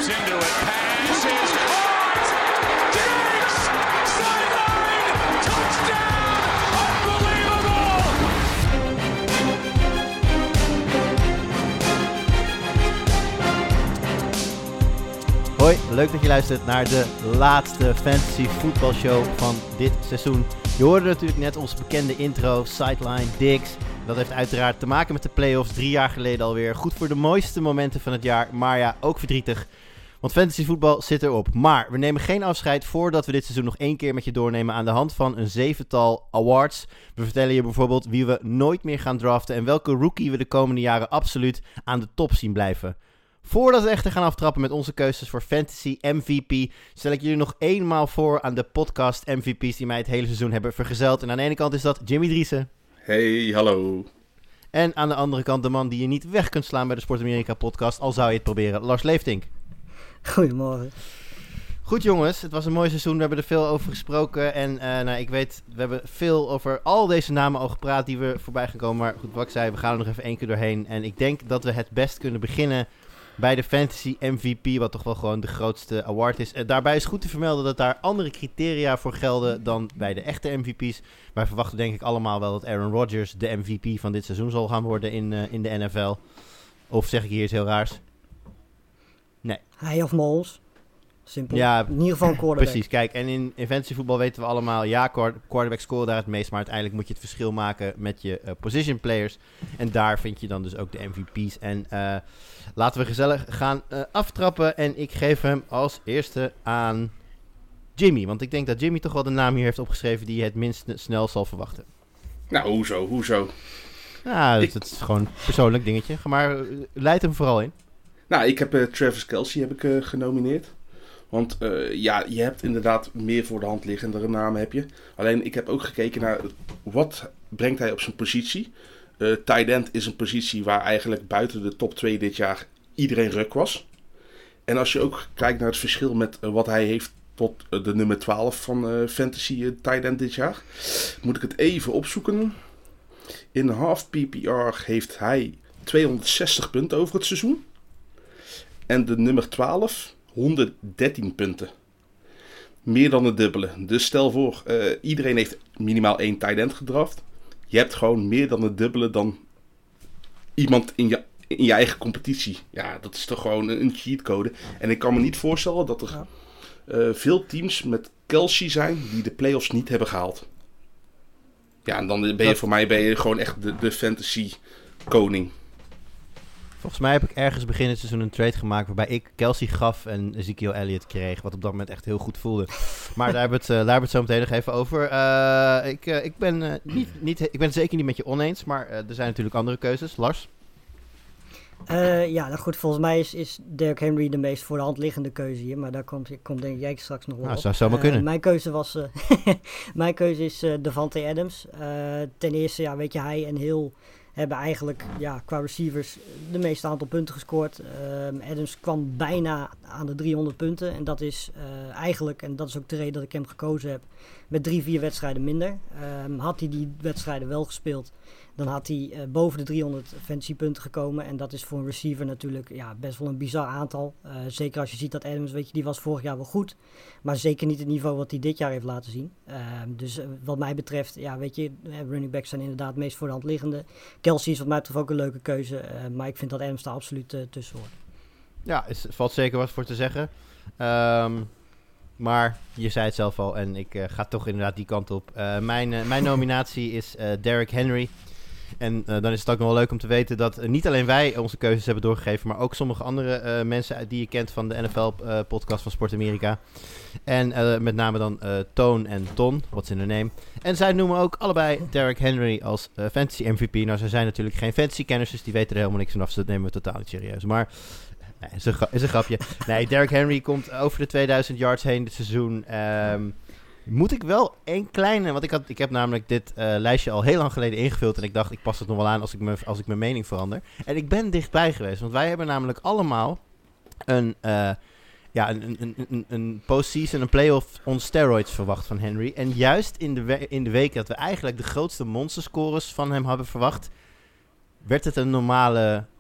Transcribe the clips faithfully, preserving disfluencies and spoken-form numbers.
into it. Pass is caught. Diggs! Sideline! Touchdown! Unbelievable! Hoi, leuk dat je luistert naar de laatste fantasy voetbalshow van dit seizoen. Je hoorde natuurlijk net onze bekende intro, Sideline, Diggs. Dat heeft uiteraard te maken met de playoffs, drie jaar geleden alweer. Goed voor de mooiste momenten van het jaar, maar ja, ook verdrietig. Want fantasy voetbal zit erop. Maar we nemen geen afscheid voordat we dit seizoen nog één keer met je doornemen aan de hand van een zevental awards. We vertellen je bijvoorbeeld wie we nooit meer gaan draften en welke rookie we de komende jaren absoluut aan de top zien blijven. Voordat we echter gaan aftrappen met onze keuzes voor Fantasy M V P, stel ik jullie nog eenmaal voor aan de podcast M V P's die mij het hele seizoen hebben vergezeld. En aan de ene kant is dat Jimmy Driessen. Hey, hallo. En aan de andere kant de man die je niet weg kunt slaan bij de Sport Amerika podcast, al zou je het proberen, Lars Leeftink. Goedemorgen. Goed jongens, het was een mooi seizoen, we hebben er veel over gesproken en uh, nou, ik weet, we hebben veel over al deze namen al gepraat die we voorbij gaan komen. Maar goed, wat ik zei, we gaan er nog even één keer doorheen en ik denk dat we het best kunnen beginnen bij de Fantasy M V P, wat toch wel gewoon de grootste award is. Uh, daarbij is goed te vermelden dat daar andere criteria voor gelden dan bij de echte M V P's. Wij verwachten denk ik allemaal wel dat Aaron Rodgers de M V P van dit seizoen zal gaan worden in, uh, in de N F L. Of zeg ik hier iets heel raars? Nee. Hij of Mahomes. Simpel. Ja, in ieder geval een quarterback. Precies, kijk, en in, in fantasy voetbal weten we allemaal, ja, quarterback scoren daar het meest, maar uiteindelijk moet je het verschil maken met je uh, position players. En daar vind je dan dus ook de M V P's. En uh, laten we gezellig gaan uh, aftrappen en ik geef hem als eerste aan Jimmy. Want ik denk dat Jimmy toch wel de naam hier heeft opgeschreven die je het minst snel zal verwachten. Nou, hoezo, hoezo? Nou, ik... dat is gewoon een persoonlijk dingetje. Maar uh, leid hem vooral in. Nou, ik heb uh, Travis Kelce heb ik, uh, genomineerd. Want uh, ja, je hebt inderdaad meer voor de hand liggende namen heb je. Alleen ik heb ook gekeken naar wat brengt hij op zijn positie. Uh, tight end is een positie waar eigenlijk buiten de top twee dit jaar iedereen ruk was. En als je ook kijkt naar het verschil met uh, wat hij heeft tot uh, de nummer twaalf van uh, Fantasy uh, tight end dit jaar. Moet ik het even opzoeken. In half P P R heeft hij tweehonderdzestig punten over het seizoen. En de nummer twaalf... honderddertien punten. Meer dan het dubbele. Dus stel voor, uh, iedereen heeft minimaal één tight end gedraft. Je hebt gewoon meer dan het dubbele dan iemand in je, in je eigen competitie. Ja, dat is toch gewoon een cheatcode. En ik kan me niet voorstellen dat er uh, veel teams met Kelce zijn die de playoffs niet hebben gehaald. Ja, en dan ben je dat... voor mij ben je gewoon echt de, de fantasy koning. Volgens mij heb ik ergens begin het seizoen een trade gemaakt waarbij ik Kelce gaf en Ezekiel Elliott kreeg, wat op dat moment echt heel goed voelde. Maar daar hebben we het, uh, daar hebben we het zo meteen nog even over. Uh, ik, uh, ik, ben, uh, niet, niet, ik ben het zeker niet met je oneens, maar uh, er zijn natuurlijk andere keuzes. Lars? Uh, ja, nou goed, volgens mij is, is Derrick Henry de meest voor de hand liggende keuze hier, maar daar komt, komt denk jij straks nog wel nou, op. Zou zomaar uh, kunnen. Mijn keuze was, uh, mijn keuze is uh, Davante Adams. Uh, ten eerste, ja, weet je, hij en Hill hebben eigenlijk ja, qua receivers de meeste aantal punten gescoord. Uh, Adams kwam bijna aan de driehonderd punten. En dat is uh, eigenlijk, en dat is ook de reden dat ik hem gekozen heb, met drie, vier wedstrijden minder. Um, had hij die wedstrijden wel gespeeld, dan had hij uh, boven de driehonderd fantasy punten gekomen. En dat is voor een receiver natuurlijk ja, best wel een bizar aantal. Uh, zeker als je ziet dat Adams, weet je, die was vorig jaar wel goed. Maar zeker niet het niveau wat hij dit jaar heeft laten zien. Uh, dus uh, wat mij betreft, ja, weet je, running backs zijn inderdaad het meest voor de hand liggende. Kelce is wat mij betreft ook een leuke keuze. Uh, maar ik vind dat Adams daar absoluut uh, tussen hoort. Ja, er valt zeker wat voor te zeggen. Um, maar je zei het zelf al en ik uh, ga toch inderdaad die kant op. Uh, mijn, uh, mijn nominatie is uh, Derrick Henry. En uh, dan is het ook nog wel leuk om te weten dat uh, niet alleen wij onze keuzes hebben doorgegeven, maar ook sommige andere uh, mensen die je kent van de N F L-podcast uh, van Sport Amerika. En uh, met name dan uh, Toon en Ton, what's in their name. En zij noemen ook allebei Derrick Henry als uh, Fantasy M V P. Nou, zij zijn natuurlijk geen fantasy-kenners, dus die weten er helemaal niks vanaf. Dus dat nemen we totaal niet serieus. Maar nee, is een, gra- is een grapje. Nee, Derrick Henry komt over de tweeduizend yards heen dit seizoen. Um, Moet ik wel een kleine... Want ik, had, ik heb namelijk dit uh, lijstje al heel lang geleden ingevuld. En ik dacht, ik pas het nog wel aan als ik, me, als ik mijn mening verander. En ik ben dichtbij geweest. Want wij hebben namelijk allemaal een, uh, ja, een, een, een, een postseason, een playoff on steroids verwacht van Henry. En juist in de, we- in de week dat we eigenlijk de grootste monsterscores van hem hebben verwacht, werd het een normale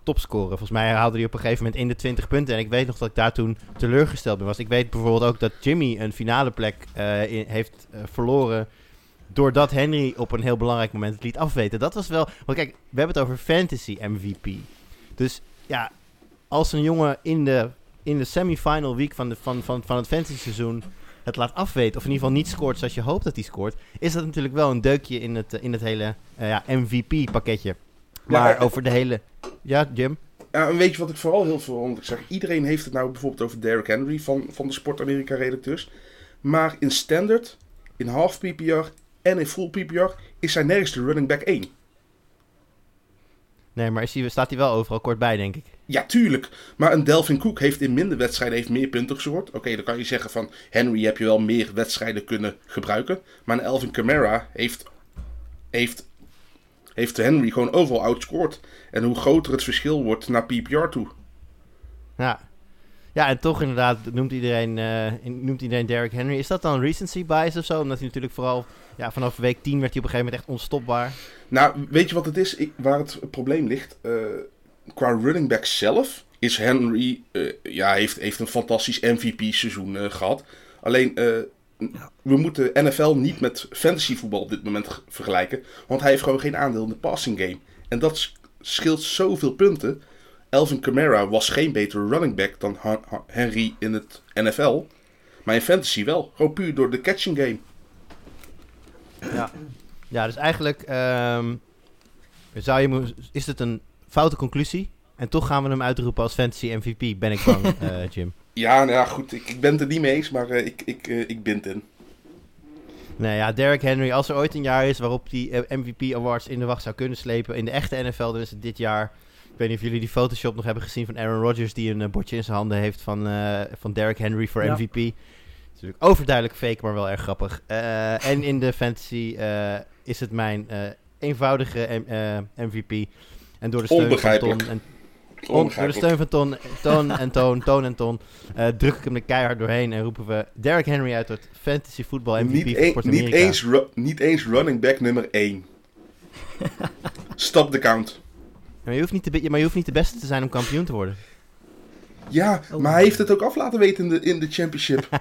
topscorer. Volgens mij haalde hij op een gegeven moment in de twintig punten. En ik weet nog dat ik daar toen teleurgesteld ben was. Ik weet bijvoorbeeld ook dat Jimmy een finale plek uh, in, heeft uh, verloren... doordat Henry op een heel belangrijk moment het liet afweten. Dat was wel... Want kijk, we hebben het over fantasy M V P. Dus ja, als een jongen in de, in de semifinal week van, de, van, van, van het fantasy seizoen... het laat afweten, of in ieder geval niet scoort zoals je hoopt dat hij scoort... is dat natuurlijk wel een deukje in het, in het hele uh, ja, M V P-pakketje. Maar ja, over de hele... Ja, Jim? Ja, en weet je wat ik vooral heel verwonderlijk zeg? Iedereen heeft het nou bijvoorbeeld over Derrick Henry van, van de Sport Amerika-redacteurs. Maar in standard, in half P P R en in full P P R is hij nergens de running back één. Nee, maar is die, staat hij wel overal kort bij, denk ik. Ja, tuurlijk. Maar een Delvin Cook heeft in minder wedstrijden heeft meer punten gescoord. Oké, okay, dan kan je zeggen van Henry heb je wel meer wedstrijden kunnen gebruiken. Maar een Alvin Kamara heeft, heeft, heeft Henry gewoon overal outscored. En hoe groter het verschil wordt naar P P R toe. Ja. Ja, en toch inderdaad noemt iedereen, uh, noemt iedereen Derrick Henry. Is dat dan recency bias of zo? Omdat hij natuurlijk vooral... Ja, vanaf week tien werd hij op een gegeven moment echt onstopbaar. Nou, weet je wat het is? Ik, waar het probleem ligt? Uh, qua running back zelf is Henry... Uh, ja, heeft, heeft een fantastisch M V P-seizoen uh, gehad. Alleen, uh, ja. we moeten N F L niet met fantasyvoetbal op dit moment g- vergelijken. Want hij heeft gewoon geen aandeel in de passing game. En dat scheelt zoveel punten. Alvin Kamara was geen betere running back dan ha- ha- Henry in het N F L. Maar in fantasy wel. Gewoon puur door de catching game. Ja, ja dus eigenlijk um, zou je mo- is het een foute conclusie. En toch gaan we hem uitroepen als fantasy M V P, ben ik bang, uh, Jim. Ja, nou ja, goed. Ik, ik ben het er niet mee eens, maar uh, ik, ik, uh, ik bind in. Nou ja, Derrick Henry, als er ooit een jaar is waarop die uh, M V P Awards in de wacht zou kunnen slepen in de echte N F L, dan is het dit jaar. Ik weet niet of jullie die Photoshop nog hebben gezien van Aaron Rodgers, die een uh, bordje in zijn handen heeft van, uh, van Derrick Henry voor ja. M V P. Natuurlijk overduidelijk fake, maar wel erg grappig. Uh, en in de fantasy uh, is het mijn uh, eenvoudige M- uh, M V P. En door de steun van Ton en, on, door de steun van Ton, Ton en Toon, Toon en Ton, uh, druk ik hem er keihard doorheen en roepen we Derrick Henry uit het fantasy voetbal M V P niet van een, Sport Amerika. Niet eens, ru- niet eens running back nummer één. Stop de count. Maar je, hoeft niet de, maar je hoeft niet de beste te zijn om kampioen te worden. Ja, oh. Maar hij heeft het ook af laten weten in de, in de championship.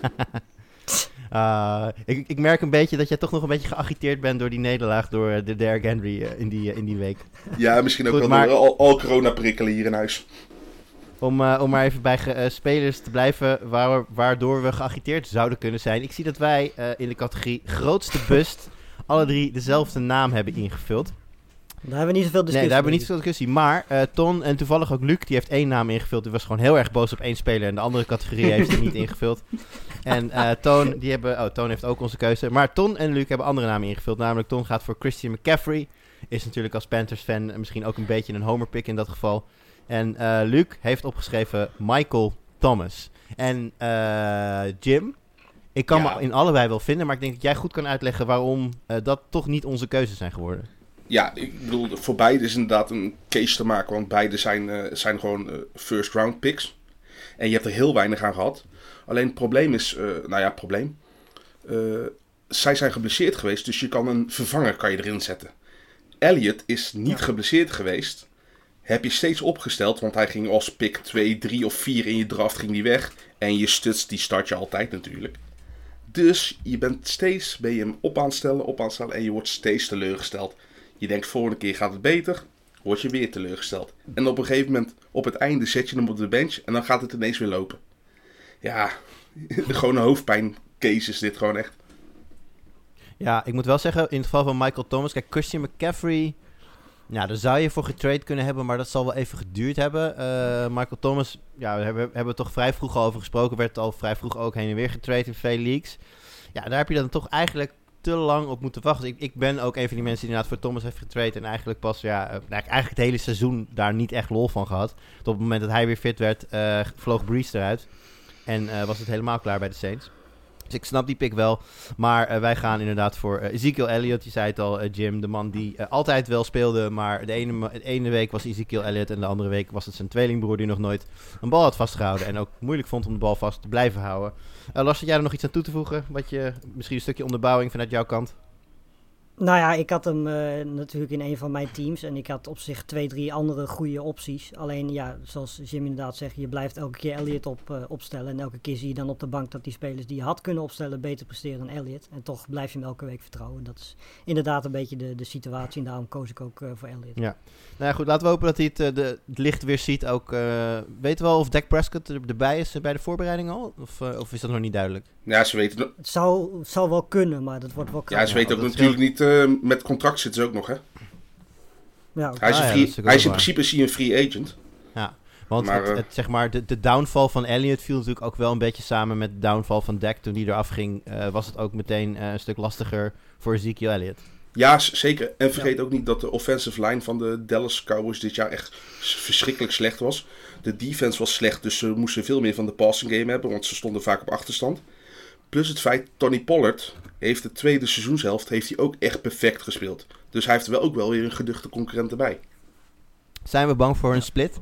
uh, ik, ik merk een beetje dat jij toch nog een beetje geagiteerd bent door die nederlaag door uh, de Derrick Henry uh, in, die, uh, in die week. Ja, misschien ook Goed, wel maar, door al, al corona-prikkelen hier in huis. Om, uh, om maar even bij ge, uh, spelers te blijven waar, waardoor we geagiteerd zouden kunnen zijn. Ik zie dat wij uh, in de categorie grootste bust alle drie dezelfde naam hebben ingevuld. Daar hebben we niet zoveel discussie. Nee, daar hebben we niet zoveel discussie. Maar uh, Ton en toevallig ook Luc, die heeft één naam ingevuld. Die was gewoon heel erg boos op één speler. En de andere categorie heeft hij niet ingevuld. En uh, Toon, die hebben... Oh, Toon heeft ook onze keuze. Maar Ton en Luc hebben andere namen ingevuld. Namelijk Ton gaat voor Christian McCaffrey. Is natuurlijk als Panthers-fan misschien ook een beetje een homerpick in dat geval. En uh, Luc heeft opgeschreven Michael Thomas. En uh, Jim, ik kan ja. me in allebei wel vinden. Maar ik denk dat jij goed kan uitleggen waarom uh, dat toch niet onze keuzes zijn geworden. Ja, ik bedoel, voor beide is inderdaad een case te maken. Want beide zijn, uh, zijn gewoon uh, first round picks. En je hebt er heel weinig aan gehad. Alleen het probleem is, uh, nou ja, probleem. Uh, zij zijn geblesseerd geweest, dus je kan een vervanger kan je erin zetten. Elliott is niet ja. geblesseerd geweest. Heb je steeds opgesteld, want hij ging als pick twee, drie of vier in je draft ging die weg. En je stuts, die start je altijd natuurlijk. Dus je bent steeds, ben je hem op aan het stellen, op aan het stellen en je wordt steeds teleurgesteld. Je denkt, volgende keer gaat het beter, word je weer teleurgesteld. En op een gegeven moment, op het einde, zet je hem op de bench en dan gaat het ineens weer lopen. Ja, gewoon een hoofdpijncase is dit gewoon echt. Ja, ik moet wel zeggen, in het geval van Michael Thomas, kijk, Christian McCaffrey, ja, daar zou je voor getrade kunnen hebben, maar dat zal wel even geduurd hebben. Uh, Michael Thomas, ja, we hebben, hebben we toch vrij vroeg al over gesproken, werd al vrij vroeg ook heen en weer getrade in veel leagues. Ja, daar heb je dan toch eigenlijk te lang op moeten wachten. Ik, ik ben ook een van die mensen die inderdaad voor Thomas heeft getrade en eigenlijk pas, ja, uh, eigenlijk het hele seizoen daar niet echt lol van gehad. Tot op het moment dat hij weer fit werd, uh, vloog Brees eruit en uh, was het helemaal klaar bij de Saints. Dus ik snap die pick wel. Maar uh, wij gaan inderdaad voor uh, Ezekiel Elliott. Je zei het al, uh, Jim. De man die uh, altijd wel speelde. Maar de ene, de ene week was Ezekiel Elliott. En de andere week was het zijn tweelingbroer die nog nooit een bal had vastgehouden. En ook moeilijk vond om de bal vast te blijven houden. Uh, Lars, had jij er nog iets aan toe te voegen? Wat je misschien een stukje onderbouwing vanuit jouw kant? Nou ja, ik had hem uh, natuurlijk in een van mijn teams. En ik had op zich twee, drie andere goede opties. Alleen ja, zoals Jim inderdaad zegt, je blijft elke keer Elliott op, uh, opstellen. En elke keer zie je dan op de bank dat die spelers die je had kunnen opstellen beter presteren dan Elliott. En toch blijf je hem elke week vertrouwen. Dat is inderdaad een beetje de, de situatie. En daarom koos ik ook uh, voor Elliott. Ja, nou ja, goed. Laten we hopen dat hij het, uh, de, het licht weer ziet. Ook, uh, weten we al of Dak Prescott er, erbij is uh, bij de voorbereiding al? Of, uh, of is dat nog niet duidelijk? Ja, ze weten... Het zou, het zou wel kunnen, maar dat wordt wel krachtig. Ja, ze weten ja, ook dat natuurlijk niet... Uh, met contract zitten ze ook nog, hè? Ja, okay. Hij is, ah, een ja, free, is hij is in waar. principe is hij een free agent. Ja, want maar, het, uh, het, zeg maar, de, de downfall van Elliott viel natuurlijk ook wel een beetje samen met de downfall van Dak. Toen die eraf ging, uh, was het ook meteen uh, een stuk lastiger voor Ezekiel Elliott. Ja, z- zeker. En vergeet ja. ook niet dat de offensive line van de Dallas Cowboys dit jaar echt verschrikkelijk slecht was. De defense was slecht, dus ze moesten veel meer van de passing game hebben, want ze stonden vaak op achterstand. Plus het feit, Tony Pollard heeft de tweede seizoenshelft heeft hij ook echt perfect gespeeld. Dus hij heeft er wel ook wel weer een geduchte concurrent erbij. Zijn we bang voor een split?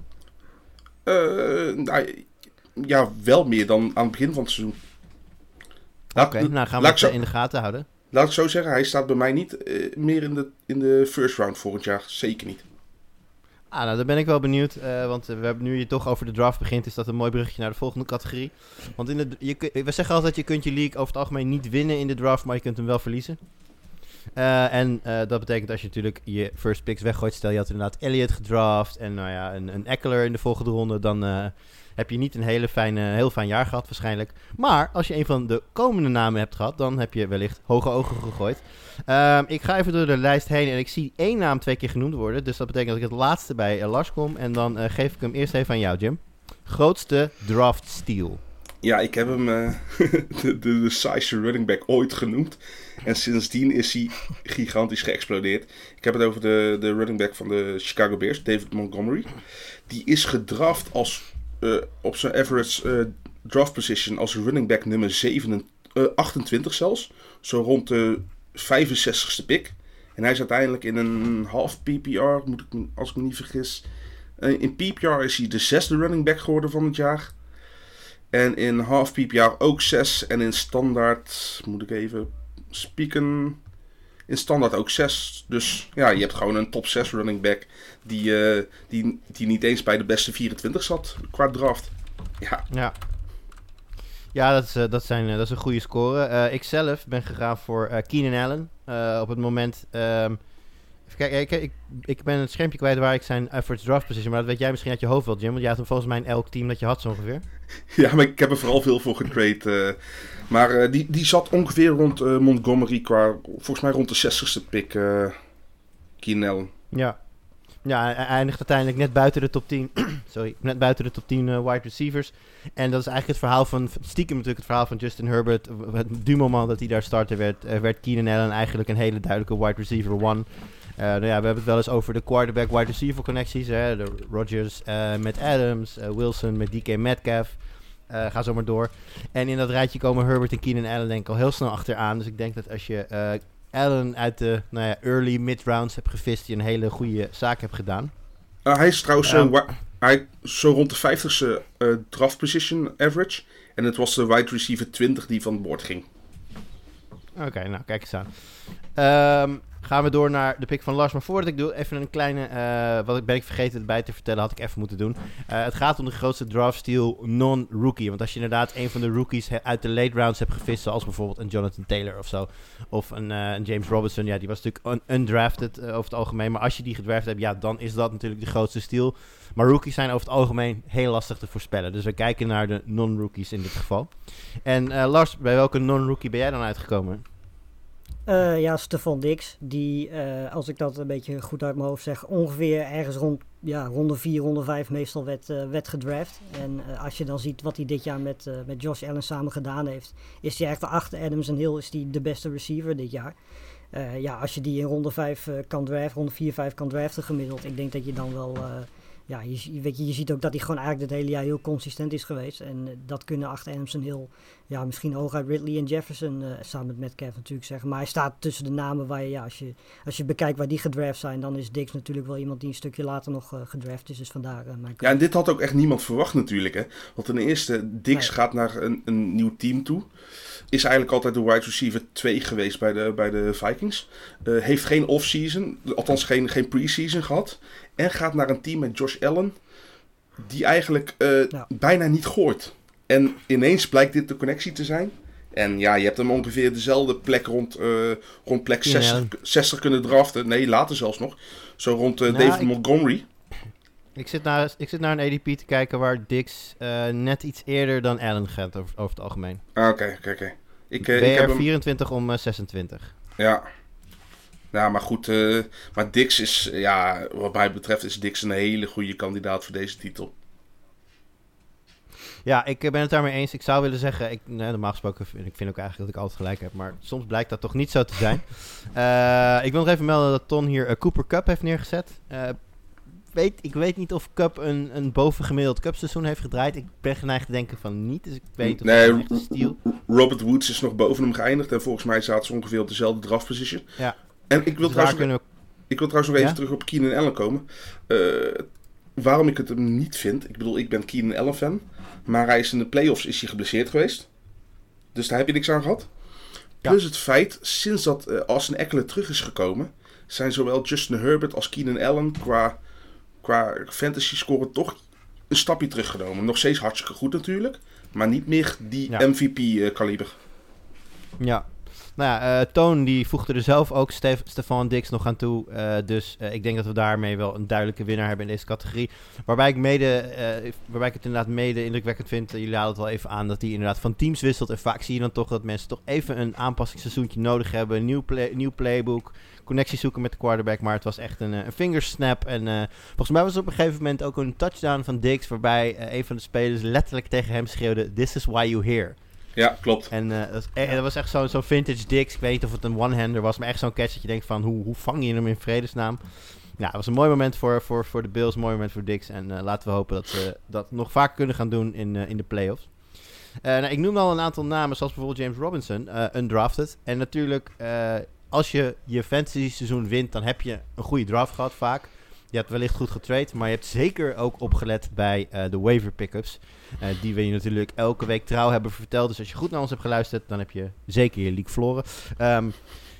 Uh, nou, ja, wel meer dan aan het begin van het seizoen. Oké, okay, nou gaan we het zo, in de gaten houden. Laat ik zo zeggen, hij staat bij mij niet uh, meer in de, in de first round volgend jaar. Zeker niet. Ah, nou, daar ben ik wel benieuwd. Uh, want uh, we hebben nu je toch over de draft begint, is dat een mooi bruggetje naar de volgende categorie. Want in de, je, we zeggen altijd, je kunt je league over het algemeen niet winnen in de draft, maar je kunt hem wel verliezen. Uh, en uh, dat betekent als je natuurlijk je first picks weggooit, stel je had inderdaad Elliott gedraft en nou ja, een, een Eckler in de volgende ronde, dan uh, heb je niet een hele fijne, heel fijn jaar gehad waarschijnlijk. Maar als je een van de komende namen hebt gehad, dan heb je wellicht hoge ogen gegooid. Uh, ik ga even door de lijst heen en ik zie één naam twee keer genoemd worden. Dus dat betekent dat ik het laatste bij uh, Lars kom. En dan uh, geef ik hem eerst even aan jou, Jim. Grootste draft steal. Ja, ik heb hem uh, de, de, de saaiste running back ooit genoemd. En sindsdien is hij gigantisch geëxplodeerd. Ik heb het over de, de running back van de Chicago Bears, David Montgomery. Die is gedraft als, uh, op zijn average uh, draft position als running back nummer zeven, uh, achtentwintig zelfs. Zo rond de vijfenzestigste pick. En hij is uiteindelijk in een half P P R, moet ik, als ik me niet vergis. Uh, in P P R is hij de zesde running back geworden van het jaar. En in half P P R ook zes. En in standaard, moet ik even spieken. In standaard ook zes. Dus ja, je hebt gewoon een top zes running back. Die, uh, die, die niet eens bij de beste vierentwintig zat qua draft. Ja. Ja. Ja, dat is, uh, dat, zijn, uh, dat is een goede score. Uh, ik zelf ben gegaan voor uh, Keenan Allen. Uh, op het moment... Um, even kijken, ik, ik, ik ben het schermpje kwijt waar ik zijn average draft position... maar dat weet jij misschien uit je hoofd wel, Jim. Want jij had hem volgens mij in elk team dat je had zo ongeveer. Ja, maar ik heb er vooral veel voor getrade. Uh, maar uh, die, die zat ongeveer rond uh, Montgomery qua... volgens mij rond de zestigste pick, uh, Keenan Allen. Ja. Ja, hij eindigt uiteindelijk net buiten de top tien. Sorry, net buiten de top tien uh, wide receivers. En dat is eigenlijk het verhaal van... stiekem natuurlijk het verhaal van Justin Herbert. Het du moment dat hij daar starter werd... Uh, werd Keenan Allen eigenlijk een hele duidelijke wide receiver one. Uh, nou ja, we hebben het wel eens over de quarterback-wide receiver connecties. Hè? De Rodgers uh, met Adams, uh, Wilson met D K Metcalf. Uh, ga zo maar door. En in dat rijtje komen Herbert en Keenan Allen denk ik al heel snel achteraan. Dus ik denk dat als je uh, Allen uit de nou ja, early mid-rounds hebt gevist, je een hele goede zaak hebt gedaan. Uh, hij is trouwens Um, zo, wa- hij, zo rond de vijftigste uh, draft position average. En het was de wide receiver twintig die van het bord ging. Oké, okay, nou kijk eens aan. Um, gaan we door naar de pick van Lars. Maar voordat ik doe, even een kleine... Uh, wat ben ik vergeten erbij te vertellen, had ik even moeten doen. Uh, het gaat om de grootste draft steal non-rookie. Want als je inderdaad een van de rookies he- uit de late rounds hebt gevist, zoals bijvoorbeeld een Jonathan Taylor of zo, of een, uh, een James Robinson, ja, die was natuurlijk un- undrafted uh, over het algemeen. Maar als je die gedraft hebt, ja, dan is dat natuurlijk de grootste steal. Maar rookies zijn over het algemeen heel lastig te voorspellen. Dus we kijken naar de non-rookies in dit geval. En uh, Lars, bij welke non-rookie ben jij dan uitgekomen? Uh, ja, Stefan Diggs, die, uh, als ik dat een beetje goed uit mijn hoofd zeg, ongeveer ergens rond ja, ronde vier, ronde vijf meestal werd, uh, werd gedraft. En uh, als je dan ziet wat hij dit jaar met, uh, met Josh Allen samen gedaan heeft, is hij echt achter Adams en Hill is hij de beste receiver dit jaar. Uh, ja, als je die in ronde vijf uh, kan draften, ronde vier, vijf kan draften gemiddeld, ik denk dat je dan wel... Uh, Ja, je, weet je, je ziet ook dat hij gewoon eigenlijk het hele jaar heel consistent is geweest. En uh, dat kunnen achter Adams en Hill, ja, misschien hooguit Ridley en Jefferson, uh, samen met Metcalf natuurlijk zeggen. Maar hij staat tussen de namen waar je, ja, als je, als je bekijkt waar die gedraft zijn, dan is Diggs natuurlijk wel iemand die een stukje later nog uh, gedraft is. Dus vandaar uh, mijn Ja, en dit had ook echt niemand verwacht natuurlijk, hè. Want ten eerste, Diggs nee. gaat naar een, een nieuw team toe. is eigenlijk altijd de wide receiver twee geweest bij de, bij de Vikings. Uh, heeft geen off-season, althans geen, geen pre-season gehad. En gaat naar een team met Josh Allen, die eigenlijk uh, ja. bijna niet gooit. En ineens blijkt dit de connectie te zijn. En ja, je hebt hem ongeveer dezelfde plek rond, uh, rond plek zestig, ja. zestig kunnen draften. Nee, later zelfs nog. Zo rond uh, nou, David ik, Montgomery. Ik zit, naar, ik zit naar een A D P te kijken waar Diggs uh, net iets eerder dan Allen gaat over, over het algemeen. Ah, oké, okay, oké, okay, oké. Ik, uh, B R ik heb hem... vierentwintig om uh, zesentwintig. Ja. Ja, maar goed. Uh, maar Diggs is, ja, wat mij betreft is Diggs een hele goede kandidaat voor deze titel. Ja, ik ben het daarmee eens. Ik zou willen zeggen, ik, nee, normaal gesproken, ik vind ook eigenlijk dat ik altijd gelijk heb, maar soms blijkt dat toch niet zo te zijn. uh, ik wil nog even melden dat Ton hier uh, Cooper Kupp heeft neergezet. Uh, weet, ik weet niet of Kupp een, een bovengemiddeld Kupp-seizoen heeft gedraaid. Ik ben geneigd te denken van niet, dus ik weet of nee, dat echt een stiel. Robert Woods is nog boven hem geëindigd en volgens mij zaten ze ongeveer op dezelfde draftposition. Ja. En ik wil, dus trouwens, nog, we... ik wil trouwens nog even ja? terug op Keenan Allen komen. Uh, waarom ik het hem niet vind, ik bedoel, ik ben Keenan Allen fan. Maar hij is in de playoffs is hij geblesseerd geweest. Dus daar heb je niks aan gehad. Ja. Plus het feit, sinds dat uh, Austin Eckler terug is gekomen, zijn zowel Justin Herbert als Keenan Allen qua, qua fantasy scoren toch een stapje teruggenomen. Nog steeds hartstikke goed natuurlijk. Maar niet meer die ja. M V P-kaliber. Uh, ja. Nou ja, uh, Toon die voegde er zelf ook Stef- Stefan Diggs nog aan toe. Uh, dus uh, ik denk dat we daarmee wel een duidelijke winnaar hebben in deze categorie. Waarbij ik, mede, uh, waarbij ik het inderdaad mede indrukwekkend vind. Uh, jullie halen het wel even aan dat hij inderdaad van teams wisselt. En vaak zie je dan toch dat mensen toch even een aanpassingsseizoentje nodig hebben. Een nieuw, play, nieuw playbook. Connectie zoeken met de quarterback. Maar het was echt een, een fingersnap. En uh, volgens mij was er op een gegeven moment ook een touchdown van Diggs. Waarbij uh, een van de spelers letterlijk tegen hem schreeuwde: "This is why you here." Ja, klopt. En uh, dat, was, dat was echt zo'n zo vintage Diggs. Ik weet niet of het een one-hander was, maar echt zo'n catch dat je denkt van, hoe, hoe vang je hem in vredesnaam? Ja, het was een mooi moment voor, voor, voor de Bills, een mooi moment voor Diggs. En uh, laten we hopen dat ze dat nog vaak kunnen gaan doen in, uh, in de playoffs. Uh, nou, ik noem al een aantal namen, zoals bijvoorbeeld James Robinson, uh, undrafted. En natuurlijk, uh, als je je fantasy seizoen wint, dan heb je een goede draft gehad vaak. Je hebt wellicht goed getrade, maar je hebt zeker ook opgelet bij uh, de waiver pickups. Uh, die we je natuurlijk elke week trouw hebben verteld. Dus als je goed naar ons hebt geluisterd, dan heb je zeker je league verloren. Um,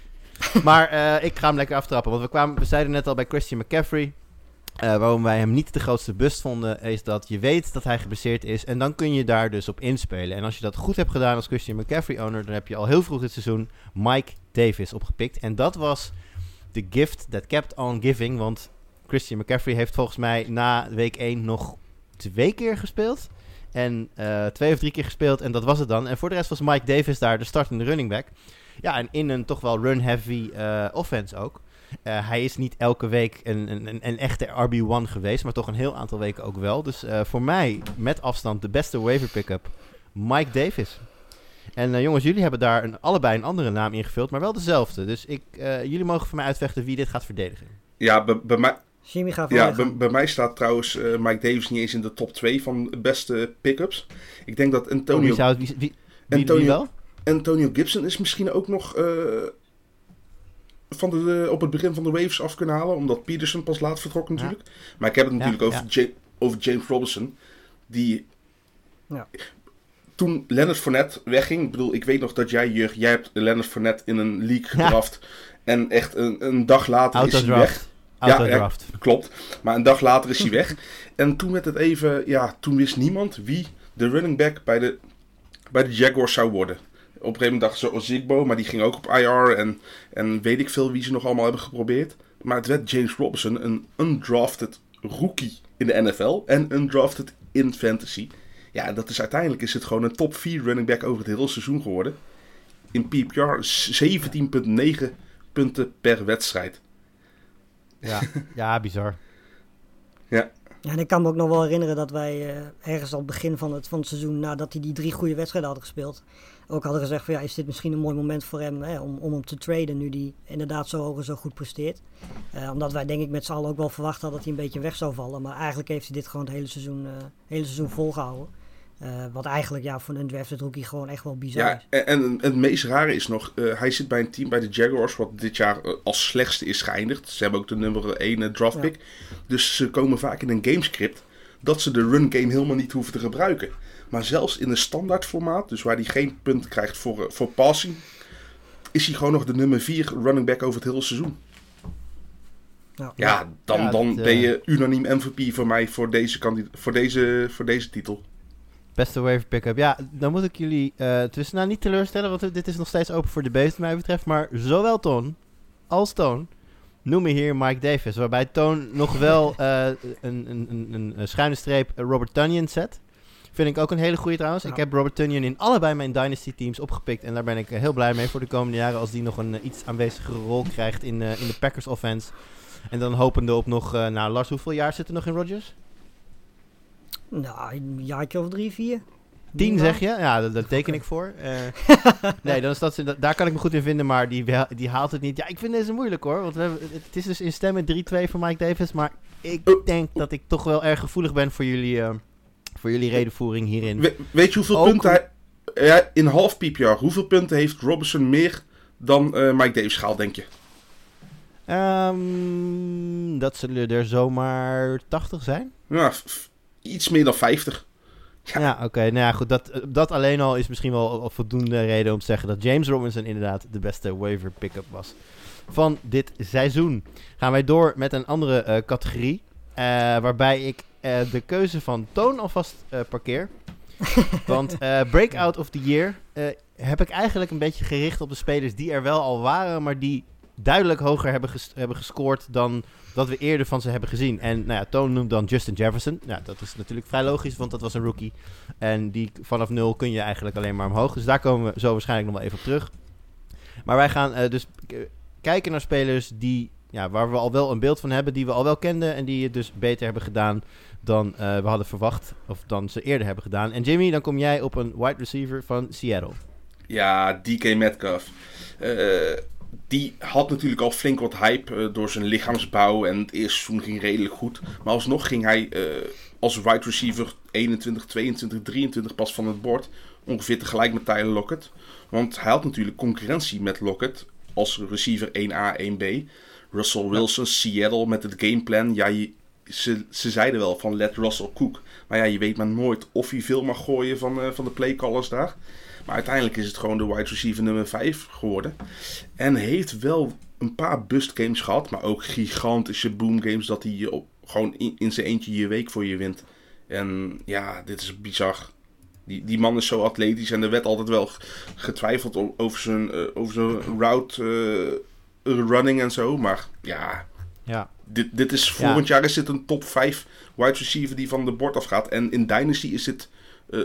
maar uh, ik ga hem lekker aftrappen. Want we, kwamen, we zeiden net al bij Christian McCaffrey. Uh, waarom wij hem niet de grootste bust vonden, is dat je weet dat hij geblesseerd is. En dan kun je daar dus op inspelen. En als je dat goed hebt gedaan als Christian McCaffrey-owner, dan heb je al heel vroeg dit seizoen Mike Davis opgepikt. En dat was de gift that kept on giving. Want Christian McCaffrey heeft volgens mij na week één nog twee keer gespeeld. En uh, twee of drie keer gespeeld en dat was het dan. En voor de rest was Mike Davis daar de startende running back. Ja, en in een toch wel run-heavy uh, offense ook. Uh, hij is niet elke week een, een, een echte R B één geweest, maar toch een heel aantal weken ook wel. Dus uh, voor mij met afstand de beste waiver pick-up, Mike Davis. En uh, jongens, jullie hebben daar een, allebei een andere naam ingevuld, maar wel dezelfde. Dus ik, uh, jullie mogen voor mij uitvechten wie dit gaat verdedigen. Ja, bij, bij mij... Jimmy gaat ja, bij, bij mij staat trouwens uh, Mike Davis niet eens in de top twee van de beste pick-ups. Ik denk dat Antonio... Oh, wie, zou, wie, wie, wie, Antonio, wie wel? Antonio Gibson is misschien ook nog uh, van de, uh, op het begin van de waves af kunnen halen. Omdat Peterson pas laat vertrok natuurlijk. Ja. Maar ik heb het natuurlijk ja, over, ja. Ja- over James Robinson. Die... Ja. Toen Leonard Fournette wegging... Ik bedoel, ik weet nog dat jij, Jurg, jij hebt Leonard Fournette in een league gedraft. Ja. En echt een, een dag later Auto is hij weg. Ja, ja, klopt. Maar een dag later is hij weg. En toen werd het even... Ja, toen wist niemand wie de running back bij de, bij de Jaguars zou worden. Op een gegeven moment dachten ze Ozigbo, maar die ging ook op I R. En, en weet ik veel wie ze nog allemaal hebben geprobeerd. Maar het werd James Robinson, een undrafted rookie in de N F L. En undrafted in fantasy. Ja, dat is uiteindelijk is het gewoon een top vier running back over het hele seizoen geworden. In P P R zeventien komma negen punten per wedstrijd. Ja, ja, bizar. Ja. Ja, en ik kan me ook nog wel herinneren dat wij uh, ergens al het begin van het, van het seizoen, nadat hij die drie goede wedstrijden hadden gespeeld, ook hadden gezegd van ja, is dit misschien een mooi moment voor hem hè, om, om hem te traden nu die inderdaad zo hoog en zo goed presteert. Uh, omdat wij denk ik met z'n allen ook wel verwacht hadden dat hij een beetje weg zou vallen. Maar eigenlijk heeft hij dit gewoon het hele seizoen, uh, hele seizoen volgehouden. Uh, wat eigenlijk ja, voor een undrafted rookie gewoon echt wel bizar ja, is. En, en het meest rare is nog, uh, hij zit bij een team bij de Jaguars wat dit jaar uh, als slechtste is geëindigd. Ze hebben ook de nummer één uh, draft pick. Ja. Dus ze komen vaak in een gamescript dat ze de run game helemaal niet hoeven te gebruiken. Maar zelfs in een standaard formaat, dus waar hij geen punten krijgt voor, voor passing, is hij gewoon nog de nummer vier running back over het hele seizoen. Nou, Ja, dan, Ja, dan dat, ben uh, je unaniem M V P voor mij voor deze, kandida- voor deze, voor deze titel. Beste waiver pick-up. Ja, dan moet ik jullie uh, tussen nou niet teleurstellen, want dit is nog steeds open voor debate wat mij betreft. Maar zowel Ton als Toon noemen hier Mike Davis. Waarbij Toon nog wel uh, een, een, een, een schuine streep Robert Tonyan zet. Vind ik ook een hele goede trouwens. Ja. Ik heb Robert Tonyan in allebei mijn Dynasty teams opgepikt. En daar ben ik uh, heel blij mee voor de komende jaren. Als die nog een uh, iets aanwezigere rol krijgt in, uh, in de Packers offense. En dan hopende op nog... Uh, nou Lars, hoeveel jaar zit er nog in Rodgers? Nou, een jaartje of drie, vier. Tien Minimaal. zeg je? Ja, dat, dat teken ik voor. Uh, nee, dan is dat, dat, daar kan ik me goed in vinden, maar die, wel- die haalt het niet. Ja, ik vind deze moeilijk hoor. Want we hebben, het is dus in stemmen drie twee voor Mike Davis. Maar ik denk dat ik toch wel erg gevoelig ben voor jullie, uh, voor jullie redenvoering hierin. We- weet je hoeveel Ook- punten hij... Ja, in half P P R, hoeveel punten heeft Robinson meer dan uh, Mike Davis gehaald, denk je? Um, dat zullen er zomaar tachtig zijn. Ja, f- f- iets meer dan vijftig. Ja. Ja, oké. Okay. Nou ja, goed. Dat, dat alleen al is misschien wel een voldoende reden om te zeggen dat James Robinson inderdaad de beste waiver pick-up was van dit seizoen. Gaan wij door met een andere uh, categorie. Uh, waarbij ik uh, de keuze van Toon alvast uh, parkeer. Want uh, Breakout of the Year uh, heb ik eigenlijk een beetje gericht op de spelers die er wel al waren, maar die duidelijk hoger hebben, ges- hebben gescoord dan dat we eerder van ze hebben gezien. En nou ja, Toon noemt dan Justin Jefferson. Nou, dat is natuurlijk vrij logisch, want dat was een rookie. En die vanaf nul kun je eigenlijk alleen maar omhoog. Dus daar komen we zo waarschijnlijk nog wel even op terug. Maar wij gaan uh, dus k- kijken naar spelers die, ja, waar we al wel een beeld van hebben, die we al wel kenden en die het dus beter hebben gedaan dan uh, we hadden verwacht. Of dan ze eerder hebben gedaan. En Jimmy, dan kom jij op een wide receiver van Seattle. Ja, D K Metcalf. Uh, die had natuurlijk al flink wat hype uh, door zijn lichaamsbouw. En het eerste seizoen ging redelijk goed. Maar alsnog ging hij uh, als wide receiver eenentwintig, tweeëntwintig, drieëntwintig pas van het bord. Ongeveer tegelijk met Tyler Lockett. Want hij had natuurlijk concurrentie met Lockett als receiver één A, één B. Russell Wilson, Seattle met het gameplan. Ja, je, ze, ze zeiden wel van let Russell cook. Maar ja, je weet maar nooit of hij veel mag gooien van, uh, van de playcallers daar. Maar uiteindelijk is het gewoon de wide receiver nummer vijf geworden. En heeft wel een paar bust games gehad. Maar ook gigantische boom games dat hij op, gewoon in, in zijn eentje je week voor je wint. En ja, dit is bizar. Die, die man is zo atletisch. En er werd altijd wel getwijfeld over zijn, uh, over zijn route uh, running en zo. Maar ja, Ja. dit, dit is volgend ja. jaar is dit een top vijf wide receiver die van de bord afgaat. En in Dynasty is dit uh,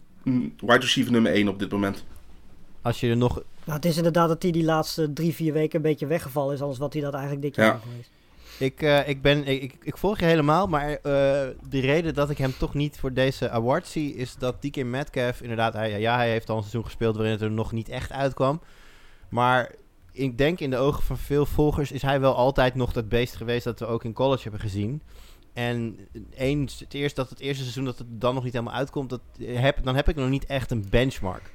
wide receiver nummer één op dit moment. Als je er nog... Nou, het is inderdaad dat hij die laatste drie, vier weken een beetje weggevallen is. Anders wat hij dat eigenlijk dit jaar Ja. is geweest. Ik, uh, ik, ben, ik, ik, ik volg je helemaal, maar uh, de reden dat ik hem toch niet voor deze award zie, is dat D K Metcalf inderdaad, hij, ja, hij heeft al een seizoen gespeeld waarin het er nog niet echt uitkwam. Maar ik denk in de ogen van veel volgers is hij wel altijd nog dat beest geweest dat we ook in college hebben gezien. En eens, het, eerst, dat het eerste seizoen dat het dan nog niet helemaal uitkomt, dat heb, dan heb ik nog niet echt een benchmark.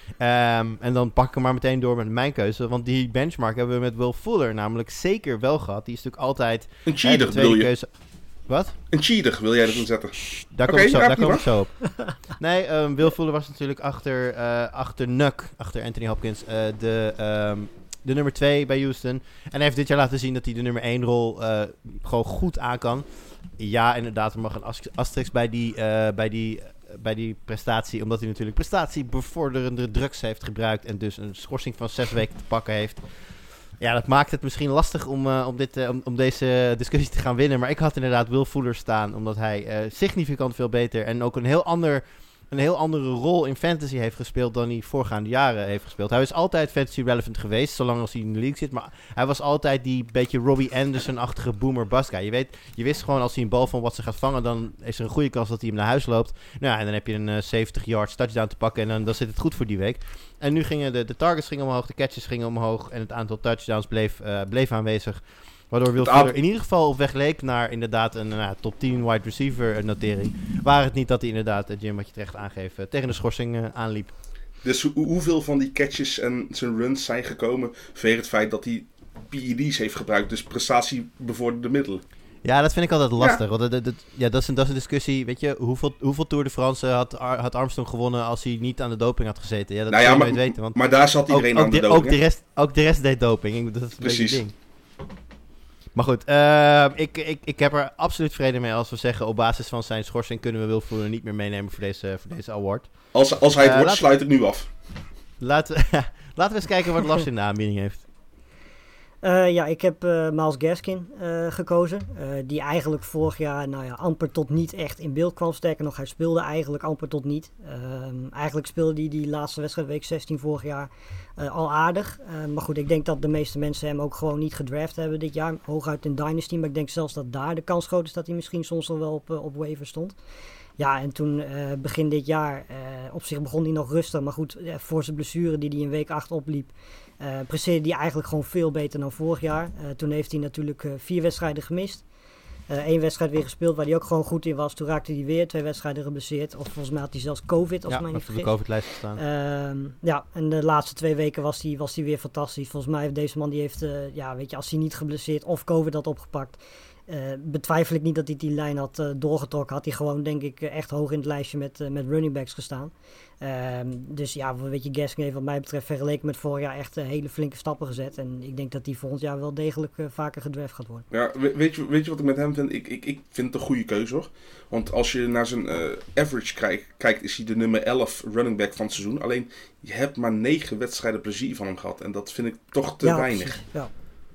Um, en dan pak ik hem maar meteen door met mijn keuze. Want die benchmark hebben we met Will Fuller namelijk zeker wel gehad. Die is natuurlijk altijd... Een cheater hè, de bedoel je? Keuze. Wat? Een cheater wil jij erin zetten? Daar kom, Oké, ik, zo, ja, daar kom prima. ik zo op. Nee, um, Will Fuller was natuurlijk achter, uh, achter Nuck, achter Anthony Hopkins, uh, de, um, de nummer twee bij Houston. En hij heeft dit jaar laten zien dat hij de nummer één rol uh, gewoon goed aan kan. Ja, inderdaad, er mag een as- asterisk bij die, uh, bij die, uh, bij die prestatie, omdat hij natuurlijk prestatiebevorderende drugs heeft gebruikt en dus een schorsing van zes weken te pakken heeft. Ja, dat maakt het misschien lastig om, uh, om, dit, uh, om, om deze discussie te gaan winnen. Maar ik had inderdaad Will Fuller staan, omdat hij uh, significant veel beter en ook een heel ander... een heel andere rol in fantasy heeft gespeeld dan hij voorgaande jaren heeft gespeeld. Hij is altijd fantasy relevant geweest, zolang als hij in de league zit. Maar hij was altijd die beetje Robbie Anderson-achtige boomer bust guy. Je weet, je wist gewoon als hij een bal van Watson gaat vangen, dan is er een goede kans dat hij hem naar huis loopt. Nou ja, en dan heb je een uh, zeventig yards touchdown te pakken en dan, dan zit het goed voor die week. En nu gingen de, de targets gingen omhoog, de catches gingen omhoog en het aantal touchdowns bleef, uh, bleef aanwezig. Waardoor Will Fuller in ieder geval op weg leek naar inderdaad een uh, top tien wide receiver notering. Waar het niet dat hij inderdaad, uh, Jim wat je terecht aangeeft, uh, tegen de schorsing uh, aanliep. Dus ho- hoeveel van die catches en zijn runs zijn gekomen vanwege het feit dat hij P E D's heeft gebruikt, dus prestatiebevorderde middelen? Ja, dat vind ik altijd lastig. Ja. Want dat, dat, dat, ja, dat, is een, dat is een discussie. Weet je, hoeveel, hoeveel Tour de France had, had Armstrong gewonnen als hij niet aan de doping had gezeten? Ja, dat nou ja, zou je maar, nooit weten. Want maar daar zat iedereen ook, aan ook de, de doping. Ook de, rest, ook de rest deed doping. Dat is een Precies. beetje ding. Maar goed, uh, ik, ik, ik heb er absoluut vrede mee als we zeggen op basis van zijn schorsing kunnen we Will Fuller niet meer meenemen voor deze, voor deze award. Als, als hij het uh, wordt, sluit ik nu af. Laten, laten we eens kijken wat Lars in de aanbieding heeft. Uh, ja, ik heb uh, Miles Gaskin uh, gekozen. Uh, die eigenlijk vorig jaar nou ja, amper tot niet echt in beeld kwam. Sterker nog, hij speelde eigenlijk amper tot niet. Uh, eigenlijk speelde hij die laatste wedstrijd week zestien vorig jaar uh, al aardig. Uh, maar goed, ik denk dat de meeste mensen hem ook gewoon niet gedraft hebben dit jaar. Hooguit in Dynasty. Maar ik denk zelfs dat daar de kans groot is dat hij misschien soms al wel op, uh, op waiver stond. Ja, en toen uh, begin dit jaar, uh, op zich begon hij nog rustig. Maar goed, uh, voor zijn blessure die hij in week acht opliep, Uh, presteerde hij eigenlijk gewoon veel beter dan vorig jaar. Uh, toen heeft hij natuurlijk uh, vier wedstrijden gemist. Eén uh, wedstrijd weer gespeeld waar hij ook gewoon goed in was. Toen raakte hij weer twee wedstrijden geblesseerd. Of volgens mij had hij zelfs COVID, als ja, ik mij niet vergis. Ja, op de COVID-lijst gestaan. Uh, ja, en de laatste twee weken was hij, was hij weer fantastisch. Volgens mij heeft deze man, die heeft, uh, ja, weet je, als hij niet geblesseerd of COVID had opgepakt, Uh, betwijfel ik niet dat hij die lijn had uh, doorgetrokken. Had hij gewoon, denk ik, uh, echt hoog in het lijstje met, uh, met running backs gestaan. Uh, dus ja, weet je, Gaskin heeft wat mij betreft vergeleken met vorig jaar echt uh, hele flinke stappen gezet. En ik denk dat hij volgend jaar wel degelijk uh, vaker gedraft gaat worden. Ja, weet je, weet je wat ik met hem vind? Ik, ik, ik vind het een goede keuze hoor. Want als je naar zijn uh, average kijkt, kijkt, is hij de nummer elf running back van het seizoen. Alleen, je hebt maar negen wedstrijden plezier van hem gehad. En dat vind ik toch te ja, weinig. Precies, ja.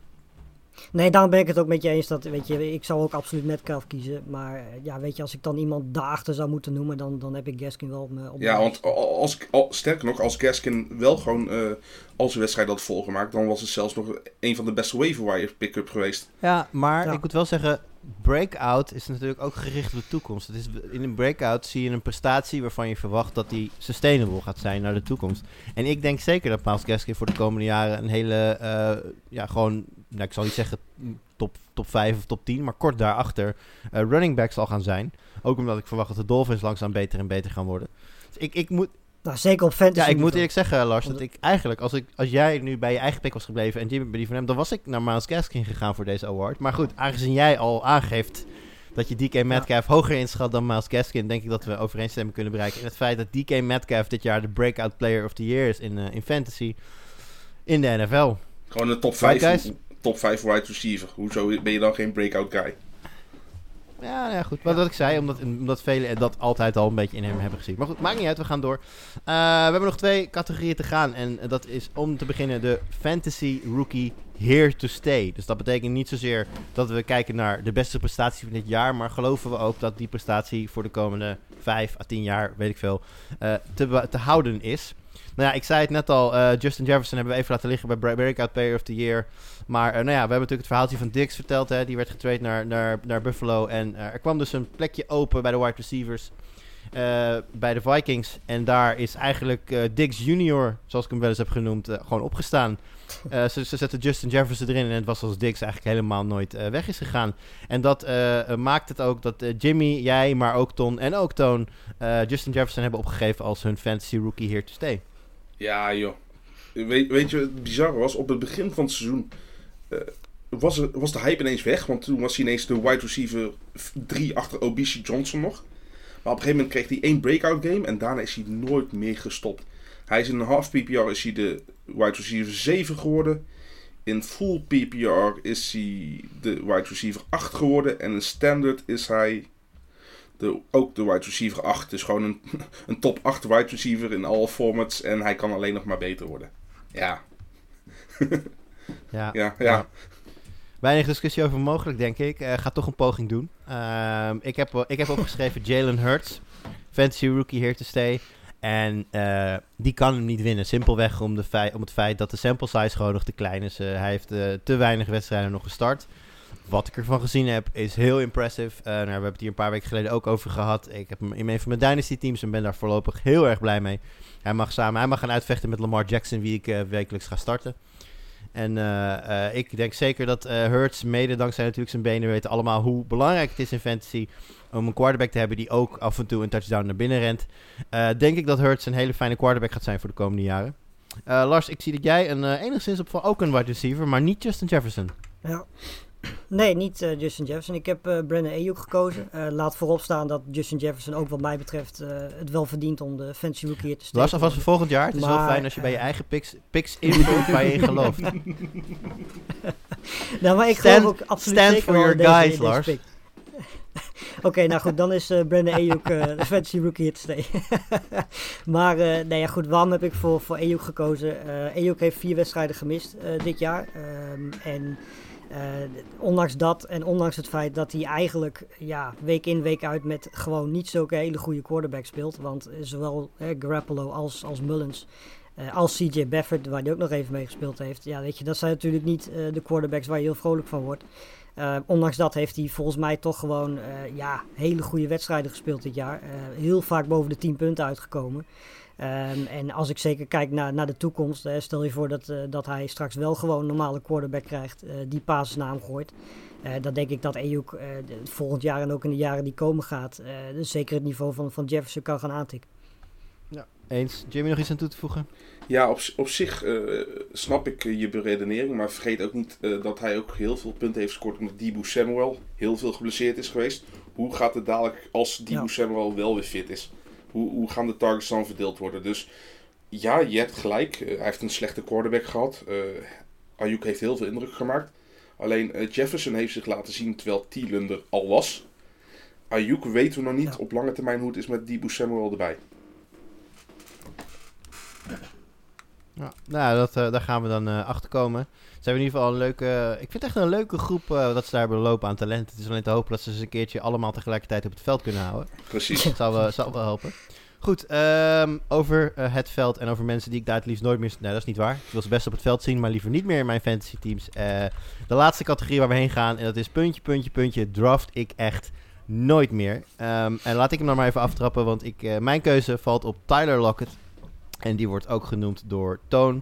Nee, daarom ben ik het ook met je eens dat, weet je, ik zou ook absoluut Metcalf kiezen. Maar ja, weet je, als ik dan iemand daarachter zou moeten noemen, dan, dan heb ik Gaskin wel op mijn op Ja, want als, als, sterker nog, als Gaskin wel gewoon uh, al zijn wedstrijd had volgemaakt, dan was het zelfs nog een van de beste waiver wire pick-up geweest. Ja, maar ja. ik moet wel zeggen, breakout is natuurlijk ook gericht op de toekomst. Het is, in een breakout zie je een prestatie waarvan je verwacht dat die sustainable gaat zijn naar de toekomst. En ik denk zeker dat Miles Gaskin voor de komende jaren een hele, uh, ja gewoon, nou, ik zal niet zeggen top, top vijf of top tien, maar kort daarachter uh, running back zal gaan zijn. Ook omdat ik verwacht dat de Dolphins langzaam beter en beter gaan worden. Dus ik, ik moet... Nou, zeker op fantasy. Ja, ik moet eerlijk zeggen, Lars, dat ik eigenlijk, als, ik, als jij nu bij je eigen pick was gebleven en Jimmy bij die van hem, dan was ik naar Miles Gaskin gegaan voor deze award. Maar goed, aangezien jij al aangeeft dat je D K Metcalf ja. hoger inschat dan Miles Gaskin, denk ik dat we overeenstemming kunnen bereiken in het feit dat D K Metcalf dit jaar de breakout player of the year is in, uh, in fantasy in de N F L. Gewoon de top vijf, top vijf wide receiver. Hoezo ben je dan geen breakout guy? Ja, ja, goed. Wat ja. ik zei, omdat, omdat velen dat altijd al een beetje in hem hebben gezien. Maar goed, maakt niet uit, we gaan door. Uh, we hebben nog twee categorieën te gaan. En dat is om te beginnen de Fantasy Rookie Here to Stay. Dus dat betekent niet zozeer dat we kijken naar de beste prestatie van dit jaar, maar geloven we ook dat die prestatie voor de komende vijf à tien jaar, weet ik veel, uh, te, te houden is. Nou ja, ik zei het net al, uh, Justin Jefferson hebben we even laten liggen bij Breakout Player of the Year. Maar uh, nou ja, we hebben natuurlijk het verhaaltje van Diggs verteld. Hè? Die werd getrade naar, naar, naar Buffalo. En uh, er kwam dus een plekje open bij de wide receivers uh, bij de Vikings. En daar is eigenlijk uh, Diggs junior, zoals ik hem wel eens heb genoemd, uh, gewoon opgestaan. Uh, ze, ze zetten Justin Jefferson erin en het was als Diggs eigenlijk helemaal nooit uh, weg is gegaan. En dat uh, uh, maakt het ook dat uh, Jimmy, jij, maar ook Ton en ook Toon uh, Justin Jefferson hebben opgegeven als hun fantasy rookie here to stay. Ja joh. Weet, weet je wat het bizarre was? Op het begin van het seizoen uh, was, er, was de hype ineens weg. Want toen was hij ineens de wide receiver drie achter O B C Johnson nog. Maar op een gegeven moment kreeg hij één breakout game en daarna is hij nooit meer gestopt. Hij is in een half P P R is hij de wide receiver zeven geworden. In full P P R is hij de wide receiver acht geworden. En in standard is hij de, ook de wide receiver acht. Dus gewoon een, een top acht wide receiver in alle formats. En hij kan alleen nog maar beter worden. Ja. ja, ja, ja. ja. Weinig discussie over mogelijk, denk ik. Uh, ga toch een poging doen. Uh, ik, heb, ik heb opgeschreven Jalen Hurts. Fantasy rookie here to stay. En uh, die kan hem niet winnen. Simpelweg om, de feit, om het feit dat de sample size gewoon nog te klein is. Uh, hij heeft uh, te weinig wedstrijden nog gestart. Wat ik ervan gezien heb is heel impressive. Uh, nou, we hebben het hier een paar weken geleden ook over gehad. Ik heb hem in een van mijn Dynasty teams en ben daar voorlopig heel erg blij mee. Hij mag samen, hij mag gaan uitvechten met Lamar Jackson, wie ik uh, wekelijks ga starten. En uh, uh, ik denk zeker dat uh, Hurts, mede dankzij natuurlijk zijn benen, weten allemaal hoe belangrijk het is in fantasy om een quarterback te hebben die ook af en toe een touchdown naar binnen rent. Uh, denk ik dat Hurts een hele fijne quarterback gaat zijn voor de komende jaren. Uh, Lars, ik zie dat jij een uh, enigszins op ook een wide receiver, maar niet Justin Jefferson. Ja, Nee, niet uh, Justin Jefferson. Ik heb uh, Brandon Ayuk gekozen. Uh, laat voorop staan dat Justin Jefferson ook wat mij betreft uh, het wel verdient om de Fantasy Rookie te steken. Lars, alvast voor volgend jaar. Het is maar, wel fijn als je bij je eigen picks, picks invult waar je in gelooft. Nou, maar ik stand, geloof ook absoluut stand zeker for your deze, guys, deze Lars. Oké, okay, nou goed, dan is uh, Brandon Ayuk uh, de Fantasy Rookie te steken. Maar uh, nou ja, goed, waarom heb ik voor, voor Ayuk gekozen? Uh, Ayuk heeft vier wedstrijden gemist uh, dit jaar. Um, en uh, ondanks dat en ondanks het feit dat hij eigenlijk ja, week in week uit met gewoon niet zulke hele goede quarterback speelt. Want zowel uh, Garoppolo als, als Mullins... Uh, als C J Beathard, waar hij ook nog even mee gespeeld heeft. Ja, weet je, dat zijn natuurlijk niet uh, de quarterbacks waar je heel vrolijk van wordt. Uh, ondanks dat heeft hij volgens mij toch gewoon uh, ja, hele goede wedstrijden gespeeld dit jaar. Uh, heel vaak boven de tien punten uitgekomen. Um, en als ik zeker kijk naar, naar de toekomst, uh, stel je voor dat, uh, dat hij straks wel gewoon een normale quarterback krijgt, uh, die passes naar hem gooit. Uh, dan denk ik dat Ayuk uh, volgend jaar en ook in de jaren die komen gaat, uh, dus zeker het niveau van, van Jefferson kan gaan aantikken. Ja, eens. Jimmy, nog iets aan toe te voegen? Ja, op, op zich uh, snap ik uh, je beredenering, maar vergeet ook niet uh, dat hij ook heel veel punten heeft gescoord omdat Deebo Samuel heel veel geblesseerd is geweest. Hoe gaat het dadelijk als Deebo ja. Samuel wel weer fit is? Hoe, hoe gaan de targets dan verdeeld worden? Dus ja, je hebt gelijk. Uh, hij heeft een slechte quarterback gehad. Uh, Ayuk heeft heel veel indruk gemaakt. Alleen uh, Jefferson heeft zich laten zien terwijl Thielen er al was. Ayuk weten we nog niet ja. op lange termijn hoe het is met Deebo Samuel erbij. Ja, nou, dat, uh, daar gaan we dan uh, achter komen. Ze hebben in ieder geval een leuke... Uh, ik vind het echt een leuke groep uh, dat ze daar hebben lopen aan talent. Het is alleen te hopen dat ze eens een keertje allemaal tegelijkertijd op het veld kunnen houden. Precies. Dat zou, uh, zou wel helpen. Goed, um, over uh, het veld en over mensen die ik daar het liefst nooit meer... Nee, dat is niet waar. Ik wil ze best op het veld zien, maar liever niet meer in mijn fantasy teams. Uh, de laatste categorie waar we heen gaan, en dat is puntje, puntje, puntje, draft ik echt nooit meer. Um, en laat ik hem dan maar even aftrappen, want ik, uh, mijn keuze valt op Tyler Lockett. En die wordt ook genoemd door Toon.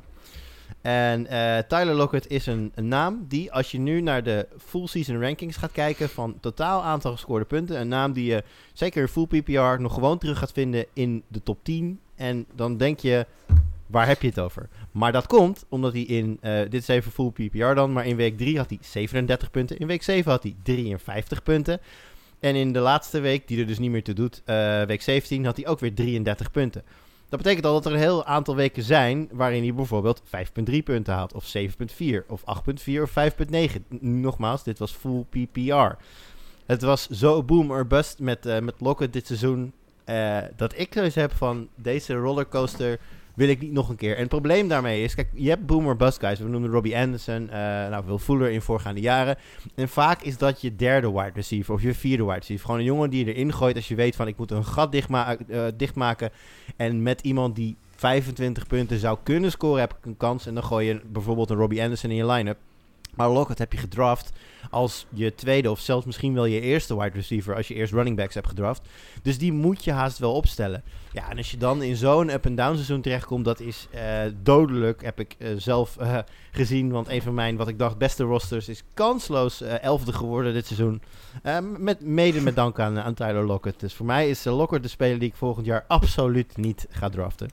En uh, Tyler Lockett is een, een naam die, als je nu naar de full season rankings gaat kijken van totaal aantal gescoorde punten, een naam die je zeker in full P P R nog gewoon terug gaat vinden in de top tien. En dan denk je, waar heb je het over? Maar dat komt omdat hij in, uh, dit is even full P P R dan, maar in week drie had hij zevenendertig punten. In week zeven had hij drieënvijftig punten. En in de laatste week, die er dus niet meer toe doet, uh, week zeventien, had hij ook weer drieëndertig punten. Dat betekent al dat er een heel aantal weken zijn waarin hij bijvoorbeeld vijf komma drie punten haalt, of zeven komma vier, of acht komma vier, of vijf komma negen. Nogmaals, dit was full P P R. Het was zo boom or bust met, uh, met Lockett dit seizoen, uh, dat ik dus heb van deze rollercoaster wil ik niet nog een keer. En het probleem daarmee is, kijk, je hebt boom or bust guys. We noemen Robbie Anderson, uh, nou, Will Fuller in voorgaande jaren. En vaak is dat je derde wide receiver of je vierde wide receiver. Gewoon een jongen die je erin gooit als je weet van ik moet een gat dichtma- uh, dichtmaken. En met iemand die vijfentwintig punten zou kunnen scoren heb ik een kans. En dan gooi je bijvoorbeeld een Robbie Anderson in je line-up. Maar Lockett heb je gedraft als je tweede of zelfs misschien wel je eerste wide receiver als je eerst running backs hebt gedraft. Dus die moet je haast wel opstellen. Ja, en als je dan in zo'n up-and-down seizoen terechtkomt, dat is uh, dodelijk, heb ik uh, zelf uh, gezien. Want een van mijn, wat ik dacht, beste rosters is kansloos uh, elfde geworden dit seizoen. Uh, met, mede met dank aan, aan Tyler Lockett. Dus voor mij is uh, Lockett de speler die ik volgend jaar absoluut niet ga draften.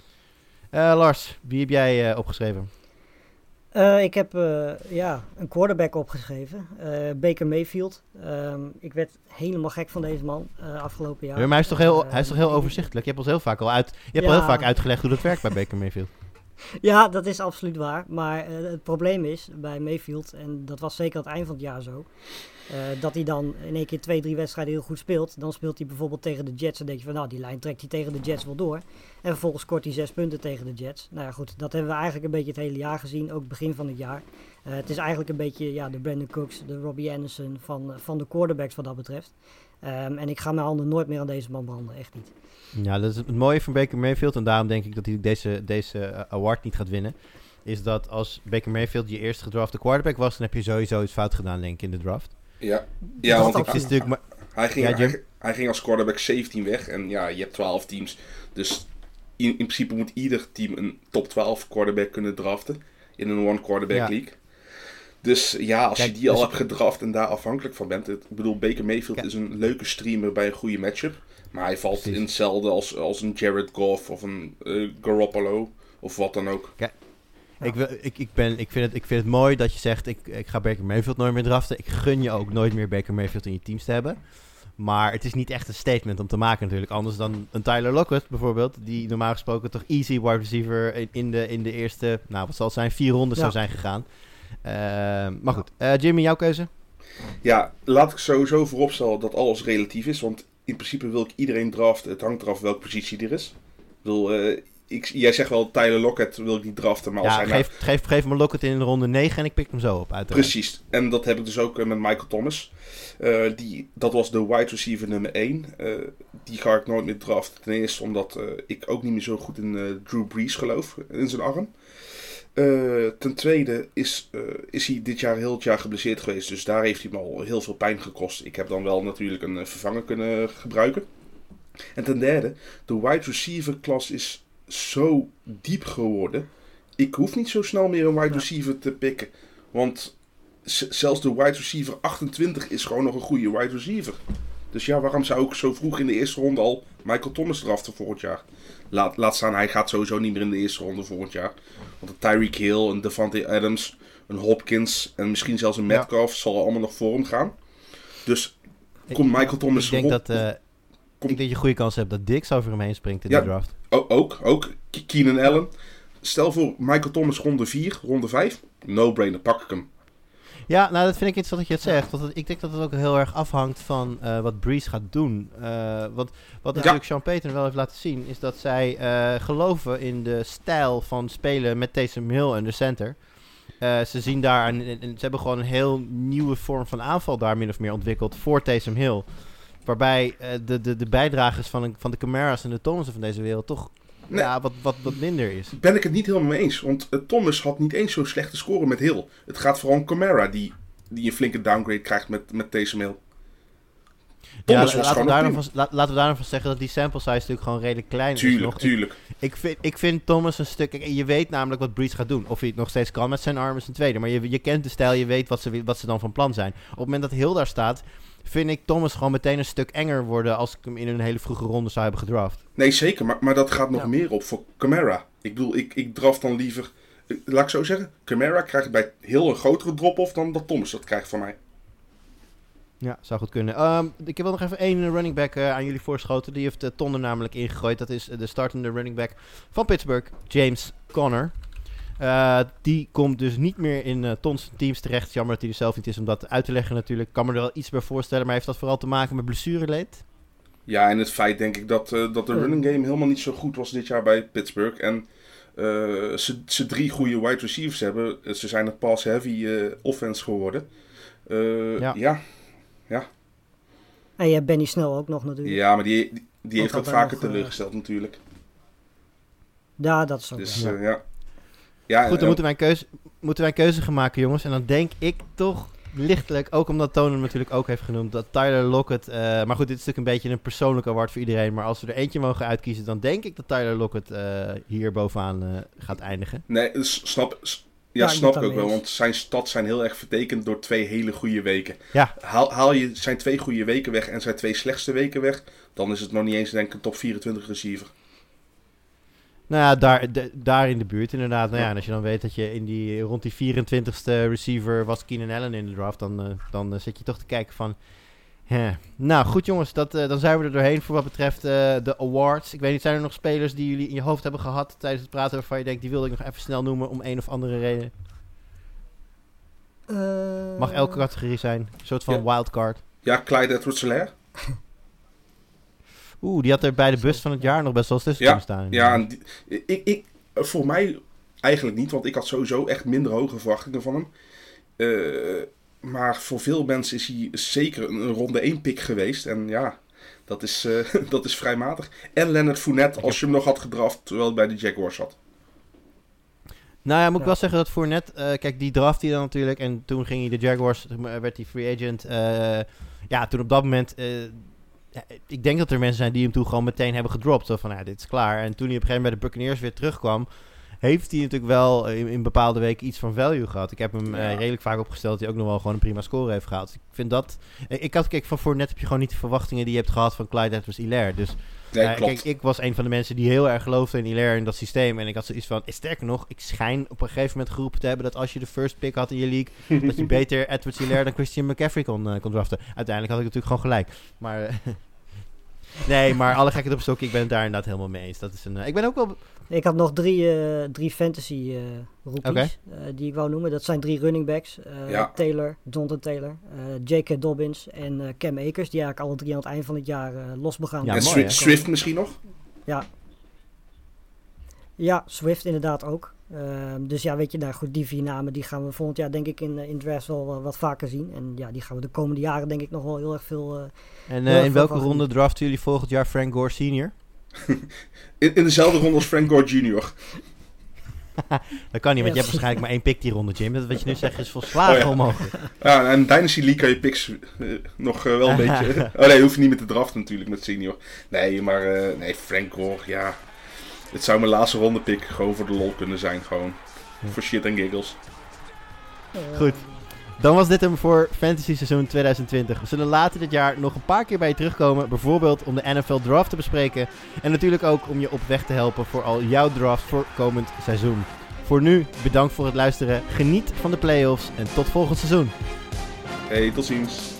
Uh, Lars, wie heb jij uh, opgeschreven? Uh, ik heb uh, ja, een quarterback opgeschreven, uh, Baker Mayfield. Um, ik werd helemaal gek van deze man uh, afgelopen jaar. Ja, maar hij is toch heel, uh, hij is toch heel overzichtelijk? Je hebt ons heel vaak al uit, je hebt ja, al heel vaak uitgelegd hoe dat werkt bij Baker Mayfield. Ja, dat is absoluut waar. Maar uh, het probleem is bij Mayfield, en dat was zeker aan het eind van het jaar zo, uh, dat hij dan in één keer twee, drie wedstrijden heel goed speelt. Dan speelt hij bijvoorbeeld tegen de Jets en denk je van nou, die lijn trekt hij tegen de Jets wel door. En vervolgens scoort hij zes punten tegen de Jets. Nou ja goed, dat hebben we eigenlijk een beetje het hele jaar gezien, ook begin van het jaar. Uh, het is eigenlijk een beetje ja, de Brandon Cooks, de Robbie Anderson van, van de quarterbacks wat dat betreft. Um, en ik ga mijn handen nooit meer aan deze man branden, echt niet. Ja, dat is het mooie van Baker Mayfield en daarom denk ik dat hij deze, deze award niet gaat winnen. Is dat als Baker Mayfield je eerste gedrafte quarterback was, dan heb je sowieso iets fout gedaan, denk ik, in de draft. Ja, ja want het is natuurlijk maar... hij, ging, ja, hij, hij ging als quarterback zeventien weg en ja, je hebt twaalf teams. Dus in, in principe moet ieder team een top twaalf quarterback kunnen draften in een one quarterback ja. league. Dus ja, als Kijk, je die dus al hebt gedraft en daar afhankelijk van bent. Ik bedoel, Baker Mayfield Kijk. is een leuke streamer bij een goede matchup. Maar hij valt Precies. in hetzelfde als, als een Jared Goff of een uh, Garoppolo of wat dan ook. Kijk. Ja. Ik, wil, ik, ik, ben, ik, vind het, ik vind het mooi dat je zegt, ik, ik ga Baker Mayfield nooit meer draften. Ik gun je ook nooit meer Baker Mayfield in je teams te hebben. Maar het is niet echt een statement om te maken natuurlijk. Anders dan een Tyler Lockett bijvoorbeeld. Die normaal gesproken toch easy wide receiver in, in, de, in de eerste, nou wat zal het zijn, vier rondes ja. zou zijn gegaan. Uh, maar goed, uh, Jimmy, jouw keuze? Ja, laat ik sowieso vooropstellen dat alles relatief is. Want in principe wil ik iedereen draften. Het hangt eraf welke positie er is. Ik bedoel, uh, ik, jij zegt wel Tyler Lockett wil ik niet draften. Maar als ja, hij geef, nou... geef, geef me Lockett in de ronde negen en ik pik hem zo op uiteraard. Precies, en dat heb ik dus ook uh, met Michael Thomas. Uh, die, dat was de wide receiver nummer één. Uh, die ga ik nooit meer draften. Ten eerste omdat uh, ik ook niet meer zo goed in uh, Drew Brees geloof. In zijn arm. Uh, ten tweede is, uh, is hij dit jaar heel het jaar geblesseerd geweest. Dus daar heeft hij me al heel veel pijn gekost. Ik heb dan wel natuurlijk een uh, vervanger kunnen gebruiken. En ten derde, de wide receiver klas is zo diep geworden. Ik hoef niet zo snel meer een wide receiver te pikken. Want z- zelfs de wide receiver achtentwintig is gewoon nog een goede wide receiver. Dus ja, waarom zou ik zo vroeg in de eerste ronde al Michael Thomas draften volgend jaar? Laat, laat staan, hij gaat sowieso niet meer in de eerste ronde volgend jaar. Want een Tyreek Hill, een Davante Adams, een Hopkins en misschien zelfs een Metcalf ja. zal allemaal nog voor hem gaan. Dus komt Michael Thomas... Ik denk rond, dat, uh, komt, ik denk dat je goede kans hebt dat Dix over hem heen springt in ja, de draft. Ook, ook. Keenan Allen. Stel voor Michael Thomas ronde vier, ronde vijf. No-brainer, pak ik hem. Ja, nou dat vind ik interessant dat je het zegt. Want het, ik denk dat het ook heel erg afhangt van uh, wat Brees gaat doen. Uh, want wat natuurlijk ja. Sean Payton wel heeft laten zien, is dat zij uh, geloven in de stijl van spelen met Taysom Hill en de center. Uh, ze zien daar, en, en, en ze hebben gewoon een heel nieuwe vorm van aanval daar min of meer ontwikkeld voor Taysom Hill. Waarbij uh, de, de, de bijdragers van, een, van de Kamara's en de Thomasen van deze wereld toch nee. ja, wat, wat, wat minder is. Ben ik het niet helemaal mee eens. Want uh, Thomas had niet eens zo'n slechte score met Hill. Het gaat vooral om Kamara die, die een flinke downgrade krijgt met, met Taysom Hill. Thomas ja, was laten, we daar van, la, laten we daar van zeggen dat die sample size natuurlijk gewoon redelijk klein tuurlijk, is. Nog. Tuurlijk, ik, ik, vind, ik vind Thomas een stuk... Je weet namelijk wat Brees gaat doen. Of hij het nog steeds kan met zijn arm is een tweede. Maar je, je kent de stijl, je weet wat ze, wat ze dan van plan zijn. Op het moment dat Hill daar staat, vind ik Thomas gewoon meteen een stuk enger worden als ik hem in een hele vroege ronde zou hebben gedraft. Nee, zeker. Maar, maar dat gaat nog ja. meer op voor Kamara. Ik bedoel, ik, ik draft dan liever... Laat ik zo zeggen, Kamara krijgt bij Hill een grotere drop-off dan dat Thomas dat krijgt van mij. Ja, zou goed kunnen. Um, ik wil nog even één running back uh, aan jullie voorschoten. Die heeft uh, Ton er namelijk ingegooid. Dat is uh, de startende running back van Pittsburgh, James Conner. Uh, die komt dus niet meer in uh, Tons teams terecht. Jammer dat hij er zelf niet is om dat uit te leggen natuurlijk. Ik kan me er wel iets bij voorstellen. Maar heeft dat vooral te maken met blessureleed? Ja, en het feit denk ik dat, uh, dat de running game helemaal niet zo goed was dit jaar bij Pittsburgh. En uh, ze, ze drie goede wide receivers hebben. Ze zijn een pass-heavy uh, offense geworden. Uh, ja. ja. Ja. En je hebt Benny Snell ook nog natuurlijk. Ja, maar die, die, die heeft wat vaker nog, teleurgesteld uh, natuurlijk. Ja, dat is ook. Dus, ja. Uh, ja. Ja, goed, dan uh, moeten, wij keuze, moeten wij een keuze gaan maken, jongens. En dan denk ik toch lichtelijk, ook omdat Toon hem natuurlijk ook heeft genoemd, dat Tyler Lockett... Uh, maar goed, dit is natuurlijk een beetje een persoonlijk award voor iedereen. Maar als we er eentje mogen uitkiezen, dan denk ik dat Tyler Lockett uh, hier bovenaan uh, gaat eindigen. Nee, snap... Ja, ja, snap ik ook wel, want zijn stats zijn heel erg vertekend door twee hele goede weken. Ja. Haal, haal je zijn twee goede weken weg en zijn twee slechtste weken weg, dan is het nog niet eens denk ik een top vierentwintig receiver. Nou ja, daar, de, daar in de buurt inderdaad. Nou ja, en als je dan weet dat je in die, rond die vierentwintigste receiver was Keenan Allen in de draft, dan, uh, dan uh, zit je toch te kijken van... Huh. Nou goed jongens, dat, uh, dan zijn we er doorheen voor wat betreft uh, de awards. Ik weet niet, zijn er nog spelers die jullie in je hoofd hebben gehad tijdens het praten waarvan je denkt, die wilde ik nog even snel noemen om een of andere reden? Uh... Mag elke categorie zijn, een soort van ja. wildcard. Ja, Clyde Edwards-Helaire. Oeh, die had er bij de bus van het jaar nog best wel tussen ja, staan. Ja, die, ik, ik, voor mij eigenlijk niet, want ik had sowieso echt minder hoge verwachtingen van hem. Uh, Maar voor veel mensen is hij zeker een ronde één pick geweest. En ja, dat is, uh, dat is vrij matig. En Leonard Fournette, als je hem nog had gedraft terwijl hij bij de Jaguars zat. Nou ja, moet ik ja. wel zeggen dat Fournette... Uh, kijk, die draft hij dan natuurlijk. En toen ging hij de Jaguars, werd hij free agent. Uh, ja, toen op dat moment... Uh, ja, ik denk dat er mensen zijn die hem toen gewoon meteen hebben gedropt. Zo van, ja, dit is klaar. En toen hij op een gegeven moment bij de Buccaneers weer terugkwam... heeft hij natuurlijk wel in, in bepaalde weken iets van value gehad. Ik heb hem Ja. uh, redelijk vaak opgesteld dat hij ook nog wel gewoon een prima score heeft gehaald. Ik vind dat... Ik, ik had gekeken van voor net heb je gewoon niet de verwachtingen die je hebt gehad van Clyde Edwards-Helaire. Dus Nee, uh, klopt. kijk, ik was een van de mensen die heel erg geloofde in Helaire in dat systeem. En ik had zoiets van, sterker nog, ik schijn op een gegeven moment geroepen te hebben dat als je de first pick had in je league, dat je beter Edwards-Helaire dan Christian McCaffrey kon, uh, kon draften. Uiteindelijk had ik natuurlijk gewoon gelijk. Maar... Uh, nee, maar alle gekheid op stok, ik ben het daar inderdaad helemaal mee eens. Dat is een, uh, ik ben ook wel... Ik had nog drie, uh, drie fantasy uh, rookies Oké. uh, die ik wou noemen. Dat zijn drie running backs. Uh, Ja. Taylor, Jonathan Taylor, uh, J K. Dobbins en uh, Cam Akers. Die eigenlijk alle drie aan het eind van het jaar uh, los begaan. Ja, en mooi, Swi- hè? Swift misschien nog? Ja. Ja, Swift inderdaad ook. Uh, dus ja, weet je, nou goed, die vier namen die gaan we volgend jaar denk ik in, uh, in drafts wel uh, wat vaker zien. En ja, die gaan we de komende jaren denk ik nog wel heel erg veel... Uh, En heel uh, erg in veel welke van ronde genieten. draften jullie volgend jaar Frank Gore senior? In, in dezelfde ronde als Frank Gore junior Dat kan niet, want Ja. je hebt waarschijnlijk maar één pick die ronde, Jim. Dat wat je nu zegt is volslagen Oh ja. onmogelijk. Ja, en Dynasty League kan je picks uh, nog uh, wel een beetje... Oh nee, hoef je niet met de draft natuurlijk met senior. Nee, maar uh, nee, Frank Gore, ja. Het zou mijn laatste ronde pick gewoon voor de lol kunnen zijn. Gewoon voor shit en giggles. uh, Goed. Dan was dit hem voor Fantasy seizoen twintig twintig. We zullen later dit jaar nog een paar keer bij je terugkomen. Bijvoorbeeld om de N F L draft te bespreken. En natuurlijk ook om je op weg te helpen voor al jouw draft voor komend seizoen. Voor nu, bedankt voor het luisteren. Geniet van de playoffs en tot volgend seizoen. Hey, tot ziens.